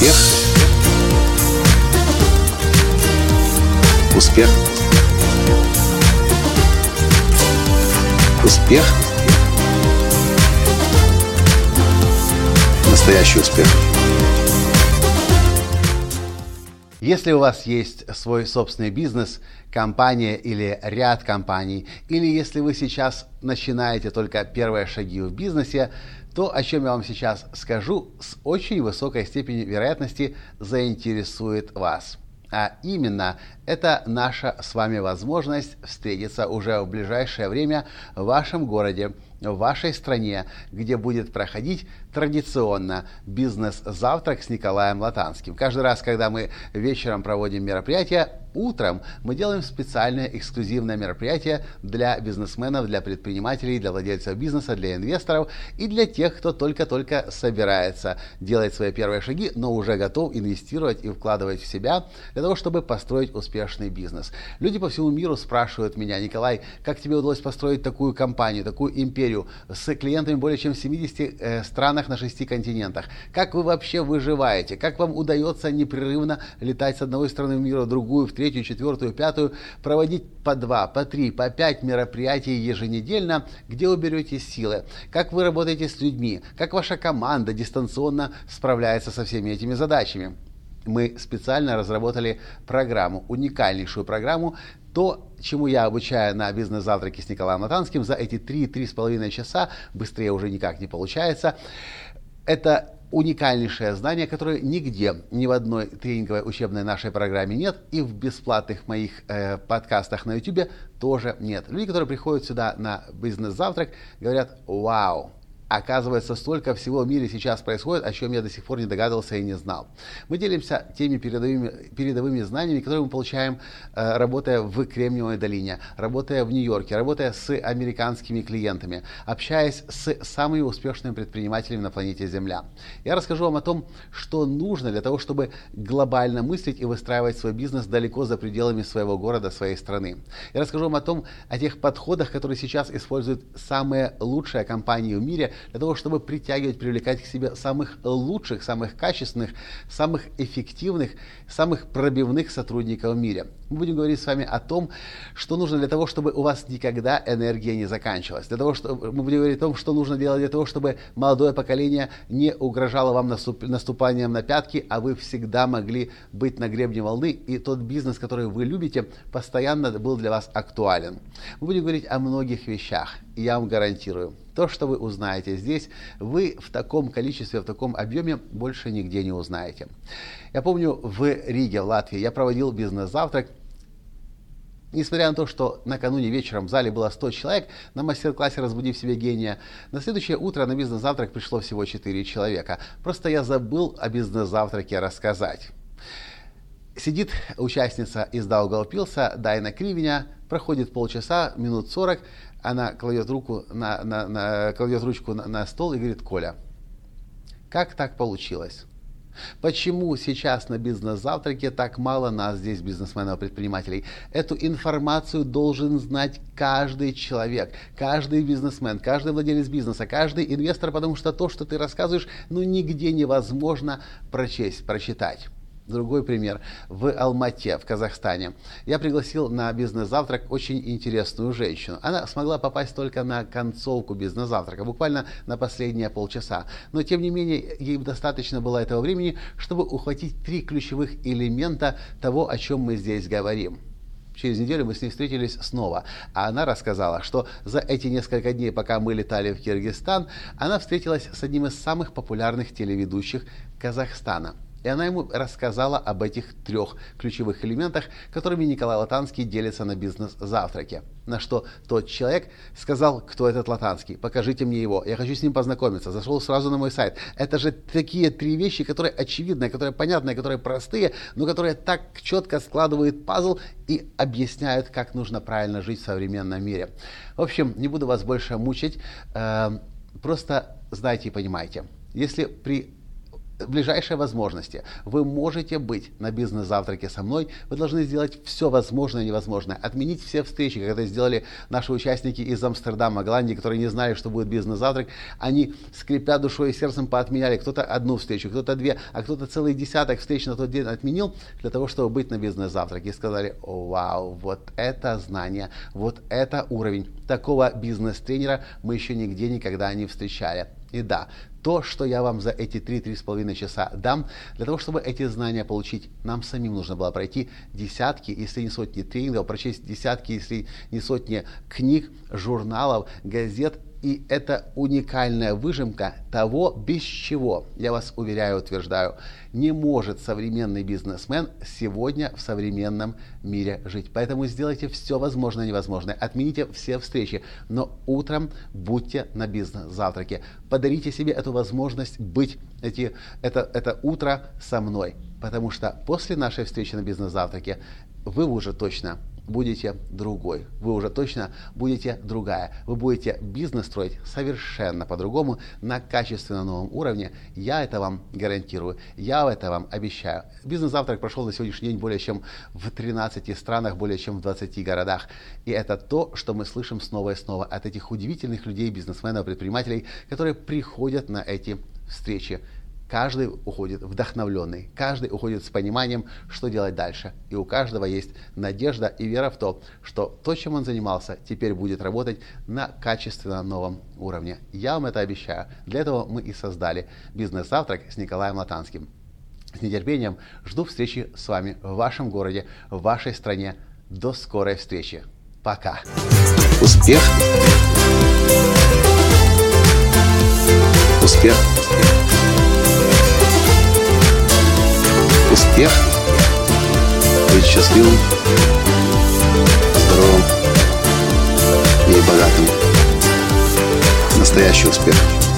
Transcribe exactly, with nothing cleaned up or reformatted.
Успех. Успех. Успех. Настоящий успех. Если у вас есть свой собственный бизнес, компания или ряд компаний, или если вы сейчас начинаете только первые шаги в бизнесе, то, о чем я вам сейчас скажу, с очень высокой степенью вероятности заинтересует вас. А именно, это наша с вами возможность встретиться уже в ближайшее время в вашем городе, в вашей стране, где будет проходить традиционно бизнес-завтрак с Николаем Латанским. Каждый раз, когда мы вечером проводим мероприятие, утром мы делаем специальное эксклюзивное мероприятие для бизнесменов, для предпринимателей, для владельцев бизнеса, для инвесторов и для тех, кто только-только собирается делать свои первые шаги, но уже готов инвестировать и вкладывать в себя для того, чтобы построить успешный бизнес. Люди по всему миру спрашивают меня: Николай, как тебе удалось построить такую компанию, такую империю с клиентами более чем в семидесяти э, странах на шести континентах? Как вы вообще выживаете? Как вам удается непрерывно летать с одной страны мира в другую, в третью, четвертую, пятую, проводить по два, по три, по пять мероприятий еженедельно? Где вы берете силы? Как вы работаете с людьми? Как ваша команда дистанционно справляется со всеми этими задачами? Мы специально разработали программу, уникальнейшую программу, то, чему я обучаю на бизнес-завтраке с Николаем Латанским за эти три-три с половиной часа, быстрее уже никак не получается. Это уникальнейшее знание, которое нигде, ни в одной тренинговой учебной нашей программе нет, и в бесплатных моих э, подкастах на YouTube тоже нет. Люди, которые приходят сюда на бизнес-завтрак, говорят: вау! Оказывается, столько всего в мире сейчас происходит, о чем я до сих пор не догадывался и не знал. Мы делимся теми передовыми, передовыми знаниями, которые мы получаем, э, работая в Кремниевой долине, работая в Нью-Йорке, работая с американскими клиентами, общаясь с самыми успешными предпринимателями на планете Земля. Я расскажу вам о том, что нужно для того, чтобы глобально мыслить и выстраивать свой бизнес далеко за пределами своего города, своей страны. Я расскажу вам о том, о тех подходах, которые сейчас используют самые лучшие компании в мире, для того, чтобы притягивать, привлекать к себе самых лучших, самых качественных, самых эффективных, самых пробивных сотрудников в мире. Мы будем говорить с вами о том, что нужно для того, чтобы у вас никогда энергия не заканчивалась. Для того, чтобы, мы будем говорить о том, что нужно делать для того, чтобы молодое поколение не угрожало вам наступ, наступанием на пятки, а вы всегда могли быть на гребне волны, и тот бизнес, который вы любите, постоянно был для вас актуален. Мы будем говорить о многих вещах, и я вам гарантирую, то, что вы узнаете здесь, вы в таком количестве, в таком объеме больше нигде не узнаете. Я помню, в Риге, в Латвии, я проводил бизнес-завтрак. Несмотря на то, что накануне вечером в зале было сто человек, на мастер-классе «Разбуди в себе гения», на следующее утро на бизнес-завтрак пришло всего четыре человека. Просто я забыл о бизнес-завтраке рассказать. Сидит участница из Даугавпилса Дайна Кривеня, проходит полчаса, минут сорок, она кладет, руку на, на, на, кладет ручку на, на стол и говорит: Коля, как так получилось? Почему сейчас на бизнес-завтраке так мало нас здесь, бизнесменов-предпринимателей? Эту информацию должен знать каждый человек, каждый бизнесмен, каждый владелец бизнеса, каждый инвестор, потому что то, что ты рассказываешь, ну нигде невозможно прочесть, прочитать. Другой пример. В Алмате, в Казахстане, я пригласил на бизнес-завтрак очень интересную женщину. Она смогла попасть только на концовку бизнес-завтрака, буквально на последние полчаса. Но, тем не менее, ей достаточно было этого времени, чтобы ухватить три ключевых элемента того, о чем мы здесь говорим. Через неделю мы с ней встретились снова, а она рассказала, что за эти несколько дней, пока мы летали в Киргизстан, она встретилась с одним из самых популярных телеведущих Казахстана. И она ему рассказала об этих трех ключевых элементах, которыми Николай Латанский делится на бизнес-завтраке. На что тот человек сказал: кто этот Латанский? Покажите мне его, я хочу с ним познакомиться. Зашел сразу на мой сайт. Это же такие три вещи, которые очевидные, которые понятные, которые простые, но которые так четко складывают пазл и объясняют, как нужно правильно жить в современном мире. В общем, не буду вас больше мучить. Просто знайте и понимайте, если при ближайшие возможности. Вы можете быть на бизнес-завтраке со мной. Вы должны сделать все возможное и невозможное. Отменить все встречи, как это сделали наши участники из Амстердама, Голландии, которые не знали, что будет бизнес-завтрак. Они, скрипя душой и сердцем, поотменяли кто-то одну встречу, кто-то две, а кто-то целый десяток встреч на тот день отменил для того, чтобы быть на бизнес-завтраке. И сказали: о, вау, вот это знание, вот это уровень. Такого бизнес-тренера мы еще нигде никогда не встречали. И да, то, что я вам за эти три-три с половиной часа дам, для того, чтобы эти знания получить, нам самим нужно было пройти десятки, если не сотни тренингов, прочесть десятки, если не сотни книг, журналов, газет. И это уникальная выжимка того, без чего, я вас уверяю, утверждаю, не может современный бизнесмен сегодня в современном мире жить. Поэтому сделайте все возможное и невозможное. Отмените все встречи, но утром будьте на бизнес-завтраке. Подарите себе эту возможность быть эти, это, это утро со мной. Потому что после нашей встречи на бизнес-завтраке вы уже точно будете другой. Вы уже точно будете другая. Вы будете бизнес строить совершенно по-другому, на качественно новом уровне. Я это вам гарантирую. Я это вам обещаю. Бизнес-завтрак прошел на сегодняшний день более чем в тринадцати странах, более чем в двадцати городах. И это то, что мы слышим снова и снова от этих удивительных людей, бизнесменов, предпринимателей, которые приходят на эти встречи. Каждый уходит вдохновленный, каждый уходит с пониманием, что делать дальше. И у каждого есть надежда и вера в то, что то, чем он занимался, теперь будет работать на качественно новом уровне. Я вам это обещаю. Для этого мы и создали бизнес-завтрак с Николаем Латанским. С нетерпением жду встречи с вами в вашем городе, в вашей стране. До скорой встречи. Пока. Успех. Успех. Успех. Быть счастливым, здоровым и богатым. Настоящий успех.